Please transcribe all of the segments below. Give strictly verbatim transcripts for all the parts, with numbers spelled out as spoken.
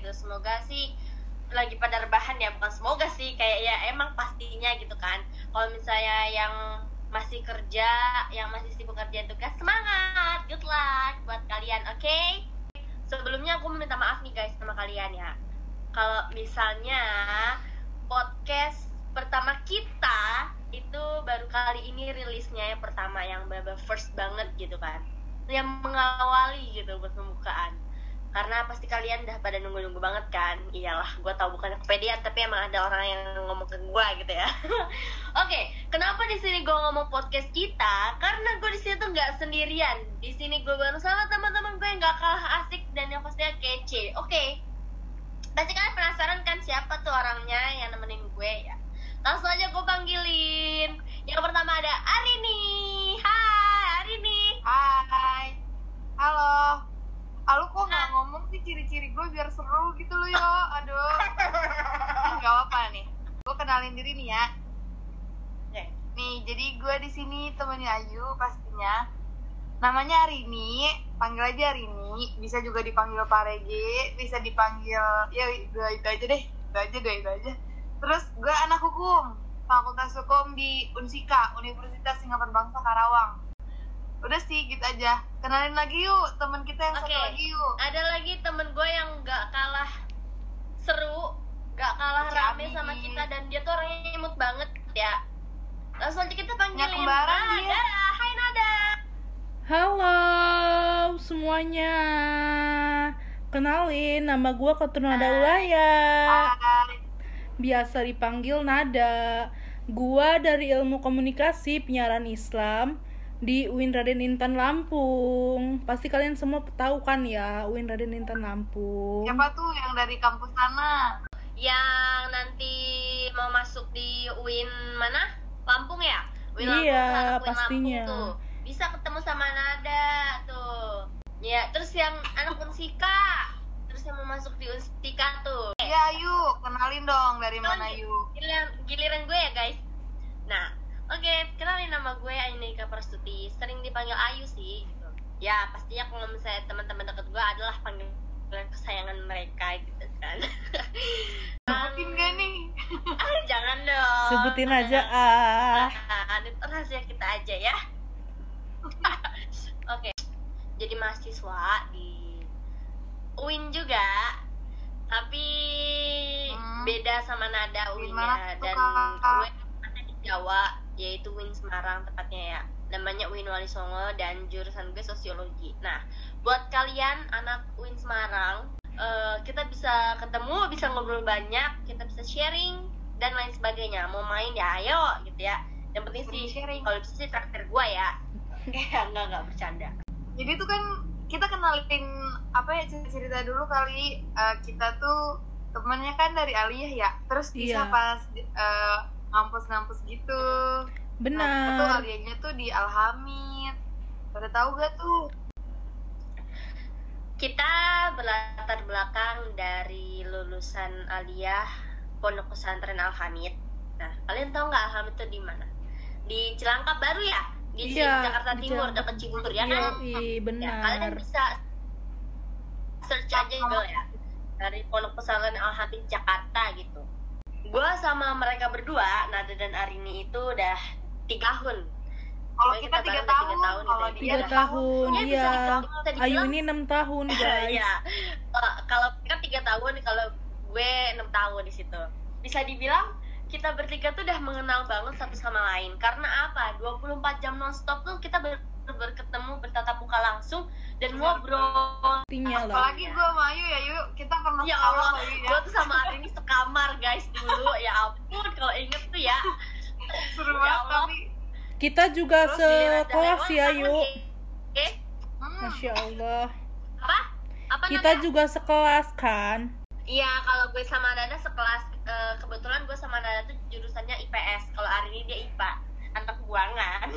gitu. Semoga sih lagi pada rebahan ya, bukan semoga sih, kayak ya emang pastinya gitu kan. Kalau misalnya yang masih kerja, yang masih sibuk kerjaan tugas, semangat, good luck buat kalian, oke? Okay? Sebelumnya aku minta maaf nih guys sama kalian ya, kalau misalnya podcast pertama kita itu baru kali ini rilisnya yang pertama, yang bener-bener first banget gitu kan, yang mengawali gitu buat pembukaan. Karena pasti kalian udah pada nunggu-nunggu banget kan. Iyalah, gue tau bukan kepedean, tapi emang ada orang yang ngomong ke gue gitu ya. Oke, okay, kenapa di sini gue ngomong podcast kita? Karena gue di sini tuh nggak sendirian. Di sini gue bareng sama teman-teman gue yang nggak kalah asik dan yang pastinya kece. Oke, okay. Pasti kalian penasaran kan siapa tuh orangnya yang nemenin gue ya? Langsung aja gue panggilin. Yang pertama ada Arini. Hai Arini. Hai. Halo. Halo, kok nggak ngomong sih ciri-ciri gue biar seru gitu loh, yo. Aduh. Nggak apa-apa nih. Gue kenalin diri nih ya. Okay. Nih, jadi gue di sini temennya Ayu pastinya. Namanya Arini, panggil aja Arini. Bisa juga dipanggil Parege, bisa dipanggil ya dua itu aja deh. Itu aja deh, itu aja. Terus gue anak hukum, Fakultas Hukum di Unsika, Universitas Singapura Bangsa Karawang. Udah sih gitu aja. Kenalin lagi yuk teman kita yang okay. satu lagi yuk. Ada lagi temen gue yang gak kalah seru, gak kalah Ciami. rame sama kita, dan dia tuh orangnya imut banget ya. Langsung aja kita panggilin kembaran dia. Nada. Hai Nada. Halo semuanya. Kenalin, nama gue Ketua Nada Ulaya. Hai. Biasa dipanggil Nada. Gua dari Ilmu Komunikasi Penyiaran Islam di U I N Raden Intan Lampung. Pasti kalian semua tahu kan ya, U I N Raden Intan Lampung. Siapa tuh yang dari kampus sana? Yang nanti mau masuk di U I N mana? Lampung ya? U I N Iya, Lampung, anak U I N pastinya. Lampung tuh. Bisa ketemu sama Nada tuh. Ya, terus yang anak Unsika, terus yang mau masuk di Unsika tuh. Iya, Ayu, kenalin dong dari mana Ayu? Giliran, giliran gue ya guys. Nah, oke, okay, kenalin, nama gue Ainika Prastuti, sering dipanggil Ayu sih gitu. Ya, pastinya kalau misalnya teman-teman dekat gue adalah panggilan kesayangan mereka gitu kan. Sebutin gak nih? Ah, jangan dong. Sebutin aja ah. Nah, itu rahasia kita aja ya. Oke, okay. Jadi mahasiswa di U I N juga, tapi hmm. beda sama Nada U I N-nya. Dan gue di Jawa, yaitu U I N Semarang tepatnya ya, namanya U I N Wali Songo, dan jurusan gue sosiologi. Nah, buat kalian anak U I N Semarang, uh, kita bisa ketemu, bisa ngobrol banyak, kita bisa sharing dan lain sebagainya. Mau main ya ayo gitu ya. Yang penting sih sharing. Kalau bisa sih traktir gue ya. Kayak enggak enggak bercanda. Jadi tuh kan kita kenalin apa ya, cerita dulu kali. Uh, kita tuh temennya kan dari Aliyah ya, terus bisa Iya. pas uh, ngampus-ngampus gitu. Benar. Nah, itu Aliyahnya tuh di Alhamid. Pada tahu gak tuh? Kita berlatar belakang dari lulusan Aliyah Pondok Pesantren Alhamid. Nah, kalian tahu nggak Alhamid itu di mana? Di Cilangkap Baru ya? Di Iya, Jakarta di Timur, Cilangkap. dekat Cibubur ya Iya, kan? iya, benar. Ya, kalian bisa search aja Google ya, dari Pondok Pesantren Alhamid Jakarta gitu. Gue sama mereka berdua, Nada dan Arini, itu udah tiga tahun. Kalau Pokoknya kita tiga bareng udah tahun, tiga tahun kalau gitu. dia Tiga ada tahun, Ya, bisa iya. dibilang- bisa dibilang- Ayu ini enam tahun guys. Iya. Uh, kalau mereka tiga tahun, kalau gue enam tahun di situ. Bisa dibilang kita bertiga tuh udah mengenal banget satu sama lain. Karena apa? dua puluh empat jam nonstop tuh kita ber berketemu, bertatap muka langsung dan ngobrol. Artinya lah. Apalagi gue sama Ayu ya, yuk kita pernah Ya sekamar Allah, lagi ya. gue tuh sama Arini sekamar guys dulu. Ya ampun, kalau inget tuh ya. Seru Ya banget Allah. tapi. Kita juga Terus giliran sekelas Dahlan, ya, kamu yuk. nih. Oke, Hmm. Masya Allah. apa? Apa Kita Nada? juga sekelas kan. Iya, kalau gue sama Nada sekelas, eh, kebetulan gue sama Nada tuh jurusannya I P S. Kalau Arini dia I P A, anak buangan.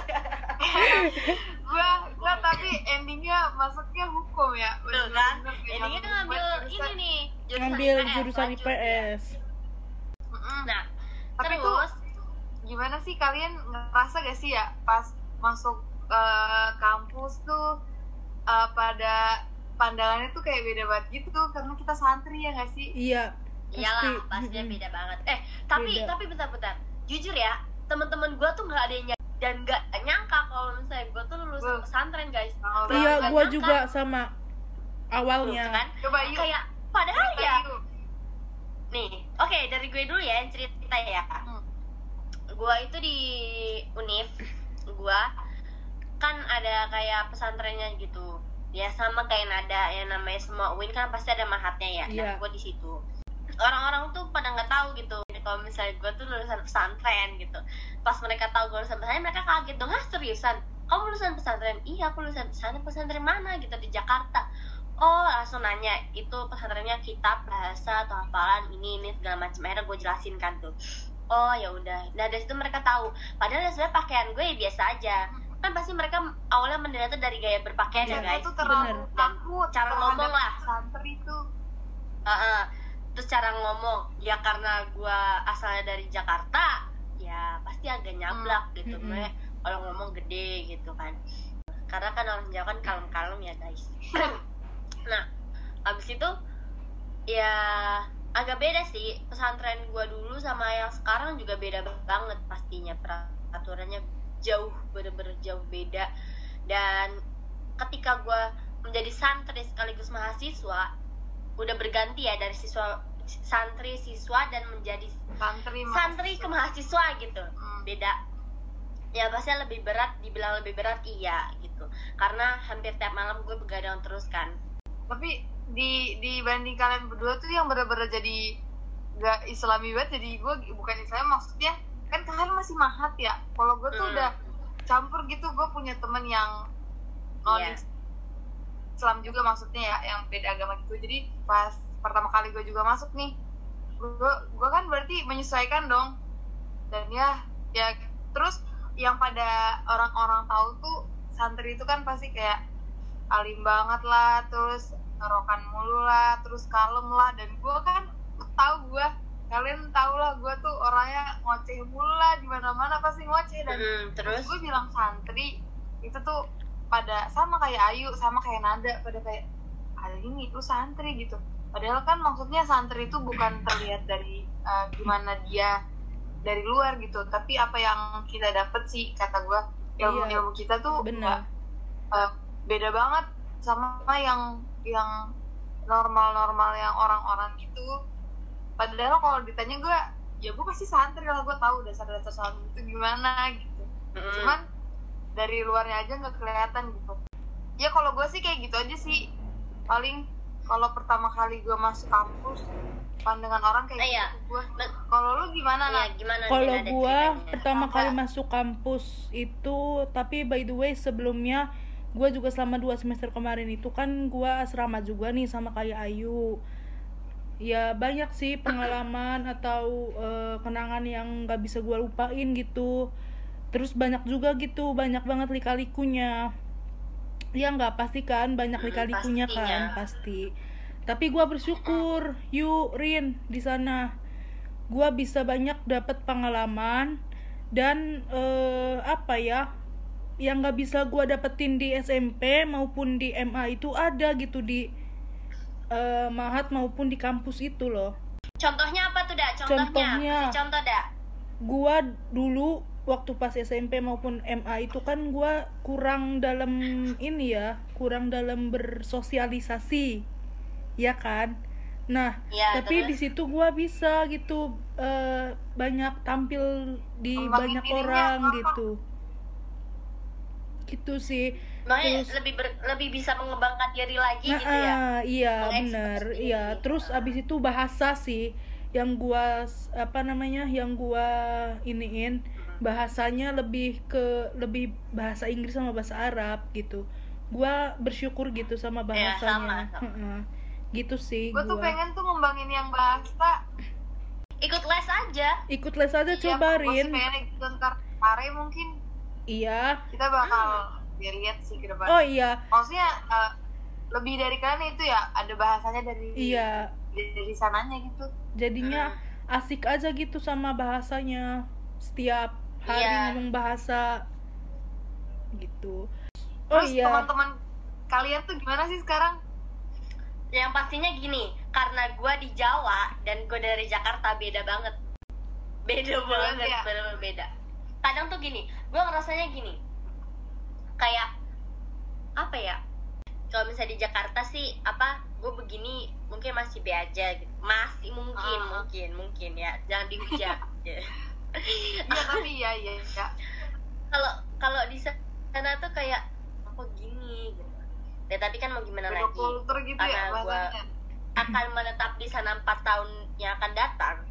Gua, gua tapi endingnya masuknya hukum ya. Tuh kan, Bener-bener kayak jadinya nyambung ngambil banget ini jurusan. nih, jurusan Ngambil I P S, jurusan I P lanjut ya. S. Mm-mm. Nah, Tapi terus tuh gimana sih kalian ngerasa gak sih ya pas masuk uh, kampus tuh uh, pada pandangannya tuh kayak beda banget gitu karena kita santri ya nggak sih? Iya, pasti. Iyalah pastinya Mm-mm. beda banget. Eh tapi Beda. tapi bentar-bentar, jujur ya teman-teman gue tuh nggak ada yang nyangka dan nggak nyangka kalau misalnya gue tuh lulusan Wah. pesantren guys. Nah, Iya, Nggak gua nyangka. juga sama Tuh, awalnya. kan Coba yuk. kayak padahal Cerita ya yuk. nih oke dari gue dulu ya yang cerita ya. Hmm. Gue itu di Univ gue kan ada kayak pesantrennya gitu ya, sama kayak Nada yang namanya semua U I N kan pasti ada mahatnya ya. Iya. Nah gue di situ orang-orang tuh pada nggak tahu gitu kalau misalnya gue tuh lulusan pesantren gitu. Pas mereka tahu gue lulusan pesantren mereka kaget dong, ah seriusan kamu lulusan pesantren? Iya aku lulusan pesantren. Pesantren mana gitu? Di Jakarta. Oh langsung nanya itu pesantrennya kitab bahasa atau hafalan ini ini segala macam. Akhirnya gue jelasin kan tuh. Oh ya udah. Nah dari situ mereka tahu. Padahal sebenarnya pakaian gue ya biasa aja. Kan pasti mereka awalnya menilai tuh dari gaya berpakaian ya Mereka guys. tuh terlalu Bener. takut Cara terhadap ngomong lah. santri itu. Uh-uh. Terus cara ngomong ya karena gue asalnya dari Jakarta ya pasti agak nyablak gitu. Mm-mm. Gue kalau ngomong gede gitu kan. Karena kan orang Jawa kan kalem-kalem ya guys. Nah abis itu ya agak beda sih pesantren gue dulu sama yang sekarang juga beda banget pastinya, peraturannya jauh bener-bener jauh beda. Dan ketika gue menjadi santri sekaligus mahasiswa udah berganti ya dari siswa santri siswa dan menjadi Santri santri ke mahasiswa gitu. Hmm. Beda ya, pasti lebih berat, dibilang lebih berat iya gitu karena hampir tiap malam gue begadang terus kan. Tapi di dibanding kalian berdua tuh yang bener-bener jadi gak islami banget, jadi gue bukan Islam maksudnya kan kalian masih mahat ya. Kalau gue tuh Hmm. udah campur gitu, gue punya temen yang non Iya. Islam juga maksudnya ya, yang beda agama gitu. Jadi pas pertama kali gue juga masuk nih, gue gue kan berarti menyesuaikan dong. Dan ya ya terus yang pada orang-orang tahu tuh santri itu kan pasti kayak alim banget lah, terus ngerokan mulu lah, terus kalem lah. Dan gue kan tahu gue, kalian tahu lah gue tuh orangnya ngoceh mulu lah, di mana-mana pasti ngoceh. Dan Mm, terus gue bilang santri itu tuh pada sama kayak Ayu, sama kayak Nada, pada kayak hari ini lu santri gitu. Padahal kan maksudnya santri itu bukan terlihat dari uh, gimana dia dari luar gitu, tapi apa yang kita dapat sih kata gue, ilmu-ilmu kita tuh Benar. uh, beda banget sama yang yang normal-normal yang orang-orang gitu. Padahal kalau ditanya gue, ya gue pasti santri kalau gue tahu dasar-dasar santri itu gimana gitu. mm, Cuman dari luarnya aja nggak kelihatan gitu. Ya kalau gue sih kayak gitu aja sih. Paling kalau pertama kali gue masuk kampus, pandangan orang kayak Ah, iya. gitu gue. Nah, Kalau lu gimana iya, Nak? gimana nih, Kalau ada gua ceritanya? pertama Apa? kali masuk kampus itu, tapi by the way sebelumnya gua juga selama dua semester kemarin itu kan gua asrama juga nih sama kayak Ayu. Ya banyak sih pengalaman atau eh, kenangan yang nggak bisa gua lupain gitu. Terus banyak juga gitu, banyak banget lika-likunya. Ya nggak pasti kan, banyak Hmm, lika-likunya kan pastinya. pasti. Tapi gua bersyukur, yuk Rin di sana. Gua bisa banyak dapat pengalaman dan eh, apa ya, yang nggak bisa gua dapetin di S M P maupun di M A itu ada gitu di eh, Mahat maupun di kampus itu loh. Contohnya apa tuh, Dak? Contohnya, Contohnya. kasih contoh, Dak. Gua dulu waktu pas S M P maupun M A itu kan gua kurang dalam ini ya, kurang dalam bersosialisasi, ya kan. Nah, Iya, tapi terus? di situ gua bisa gitu eh, banyak tampil di Kembangin banyak dirinya, orang apa? gitu. Gitu sih. Makanya Terus- lebih ber- lebih bisa mengembangkan diri lagi Nah, gitu ya. ah, iya Mengekspresi benar, diri. iya. Terus abis itu bahasa sih yang gua s- apa namanya, yang gua iniin bahasanya lebih ke lebih bahasa Inggris sama bahasa Arab gitu. Gua bersyukur gitu sama Iya, bahasanya. sama, sama. Heeh. Gitu sih Gue tuh gua. pengen tuh ngembangin yang bahasa. Ikut les aja. Ikut les aja Iya, coba gue sih Rin. pengen ikut ntar Pare mungkin Iya. kita bakal ya lihat sih ke depan. Oh iya. Maksudnya eh, lebih dari kalian itu ya, ada bahasanya dari Iya. dari, dari sananya gitu. Jadinya Hmm. asik aja gitu sama bahasanya. Setiap hari Iya. ngomong bahasa gitu. Oh Terus iya. teman-teman kalian tuh gimana sih sekarang? Yang pastinya gini, karena gue di Jawa dan gue dari Jakarta, beda banget. Beda banget, ya? bener-bener beda. Kadang tuh gini, gue ngerasanya gini, kayak apa ya? Kalau misalnya di Jakarta sih, apa? Gue begini mungkin masih be aja, gitu. Masih mungkin, Ah. mungkin, mungkin ya. Jangan dihujat. Ya. Iya tapi iya iya iya. Kalau kalau di sana tuh kayak apa gini, gitu. Ya tapi kan mau gimana Beda lagi? kultur gitu Karena ya gua bahasanya. akan menetap di sana empat tahun yang akan datang.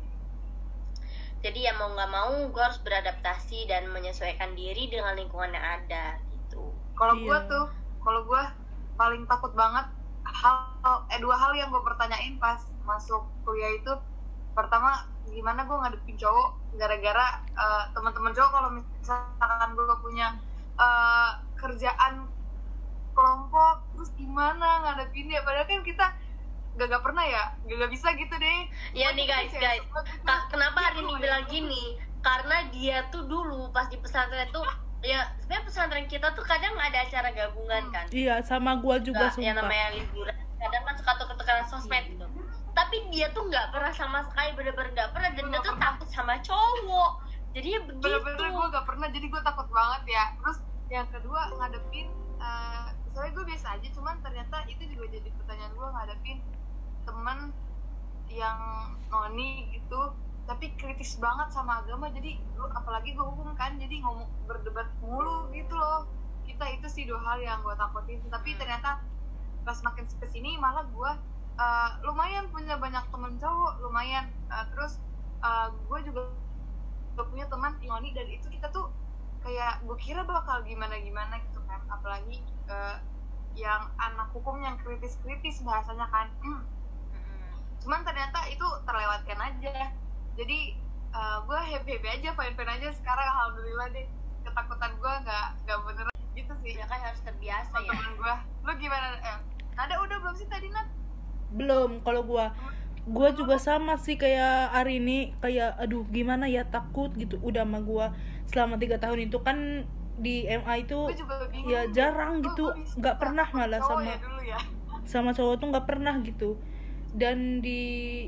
Jadi ya mau nggak mau gue harus beradaptasi dan menyesuaikan diri dengan lingkungan yang ada gitu. Kalau Iya. gue tuh, kalau gue paling takut banget hal eh dua hal yang gue pertanyain pas masuk kuliah itu. Pertama, gimana gue ngadepin cowok gara-gara eh, teman-teman cowok kalau misalkan gue punya eh, kerjaan kelompok, terus gimana ngadepinnya? Padahal kan kita gak, gak pernah ya, gak, gak bisa gitu deh. Ya Gua nih tuh guys, kayak guys. suka gitu. Ka- kenapa Iya, hari ini gua bilang ya. gini? Karena dia tuh dulu pas di pesantren tuh, ya sebenarnya pesantren kita tuh kadang ada acara gabungan kan. Iya, sama gua juga Nggak, yang sumpah. namanya liburan kadang kan suka tuker-tukeran sosmed gitu, tapi dia tuh nggak pernah sama sekali, bener-bener nggak pernah, dan dia tuh takut sama cowok, jadinya begitu. Bener-bener gue gak pernah, jadi gue takut banget ya. Terus yang kedua ngadepin uh, soalnya gue biasa aja, cuman ternyata itu juga jadi pertanyaan gue, ngadepin teman yang noni gitu tapi kritis banget sama agama. Jadi lu apalagi gue hukum kan, jadi ngomong berdebat mulu gitu loh. Kita itu sih dua hal yang gue takutin. Tapi ternyata pas makin kesini malah gue uh, lumayan punya banyak temen cowok, lumayan uh, terus uh, gue juga gak punya teman noni, dan itu kita tuh kayak gue kira bakal gimana-gimana gitu kan, apalagi uh, yang anak hukum yang kritis-kritis bahasanya kan. hmm. Cuman ternyata itu terlewatkan aja, jadi uh, gue happy-happy aja, fine-fine aja sekarang, alhamdulillah deh. Ketakutan gue gak, gak beneran gitu sih. Ya kan harus terbiasa ya. Temen gue, lu gimana? Eh, Nada udah belum sih tadi, Nat? Belum, kalau gua gua juga sama sih kayak hari ini, kayak aduh gimana ya, takut gitu. Udah sama gua selama tiga tahun itu kan di M A itu Gue juga bingung. ya jarang Gua- gitu, gua bisa nggak pernah takut malah cowok sama ya dulu ya. sama cowok tuh nggak pernah gitu. Dan di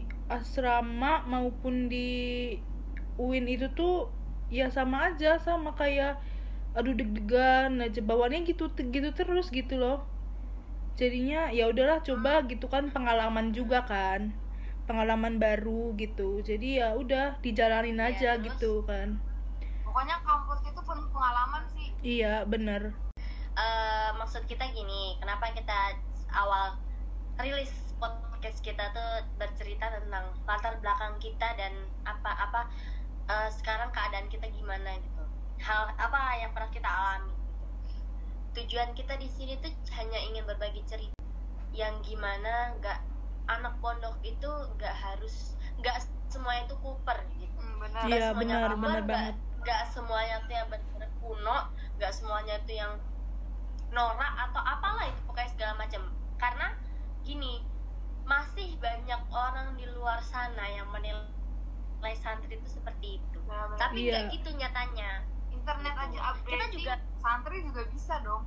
asrama maupun di U I N itu tuh ya sama aja, sama kayak aduh deg-degan aja bawaannya gitu gitu terus gitu loh. Jadinya ya udahlah, coba gitu kan, pengalaman juga kan, pengalaman baru gitu. Jadi ya udah dijalanin Iya, aja terus? gitu kan. Pokoknya kampus itu penuh pengalaman sih. Iya bener. Eh, maksud kita gini, kenapa kita awal rilis podcast kita tuh bercerita tentang latar belakang kita dan apa-apa eh, sekarang keadaan kita gimana gitu, hal apa yang pernah kita alami gitu. Tujuan kita di sini tuh hanya ingin berbagi cerita yang gimana nggak, anak pondok itu nggak harus, nggak semuanya itu kuper gitu. Hmm, benar. Iya, Nggak semuanya benar, kuper, benar nggak- banget. nggak semuanya tuh yang benar kuno, nggak semuanya itu yang norak atau apalah itu, pokoknya segala macam. Karena gini, masih banyak orang di luar sana yang menilai santri itu seperti itu, Benar-benar. tapi nggak Iya. gitu nyatanya. Internet aja upgrade, Kita juga santri juga bisa dong.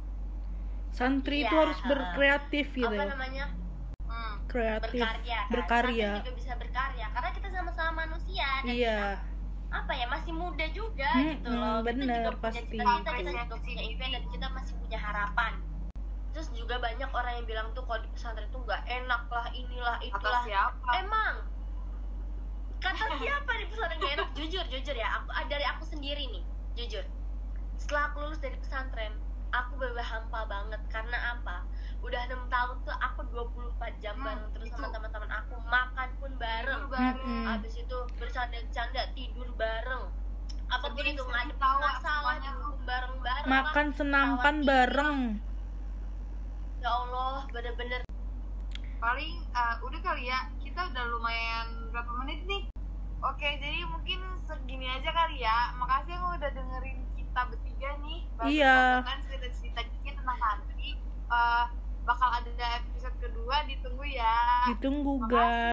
Santri itu Iya, harus berkreatif gitu apa ya. namanya, Hmm. Kreatif, berkarya kan. berkarya. Santri juga bisa berkarya karena kita sama-sama manusia dan Iya. kita, apa ya, masih muda juga Hmm, gitu hmm, loh. bener, Kita juga punya pasti. cita-cita, kita juga punya impian, dan kita masih punya harapan. Terus juga banyak orang yang bilang tuh kalau di pesantren tuh nggak enak lah, inilah Kata itulah. siapa? Emang kata siapa di pesantren gak enak? Jujur, jujur ya, aku ah, dari aku sendiri nih, jujur. Setelah aku lulus dari pesantren, aku bener-bener hampa banget. Karena apa? Udah enam tahun tuh aku dua puluh empat jam Hmm, bareng terus itu. sama teman-teman aku, makan pun bareng. Tidur bareng. Mm-mm. Habis itu bercanda-canda, tidur bareng. Apapun Sedih, itu, sedih, ngadep tawa masalah semuanya. dihukum bareng-bareng. Makan lah. senampan Tawa bareng. Ya Allah, bener-bener. Paling uh, udah kali ya, kita udah lumayan berapa menit nih. Oke, jadi mungkin segini aja kali ya. Makasih yang udah dengerin kita bertiga nih. Iya. Kan cerita-cerita kita tentang santri. Uh, bakal ada episode kedua, ditunggu ya. Ditunggu Makasih. guys.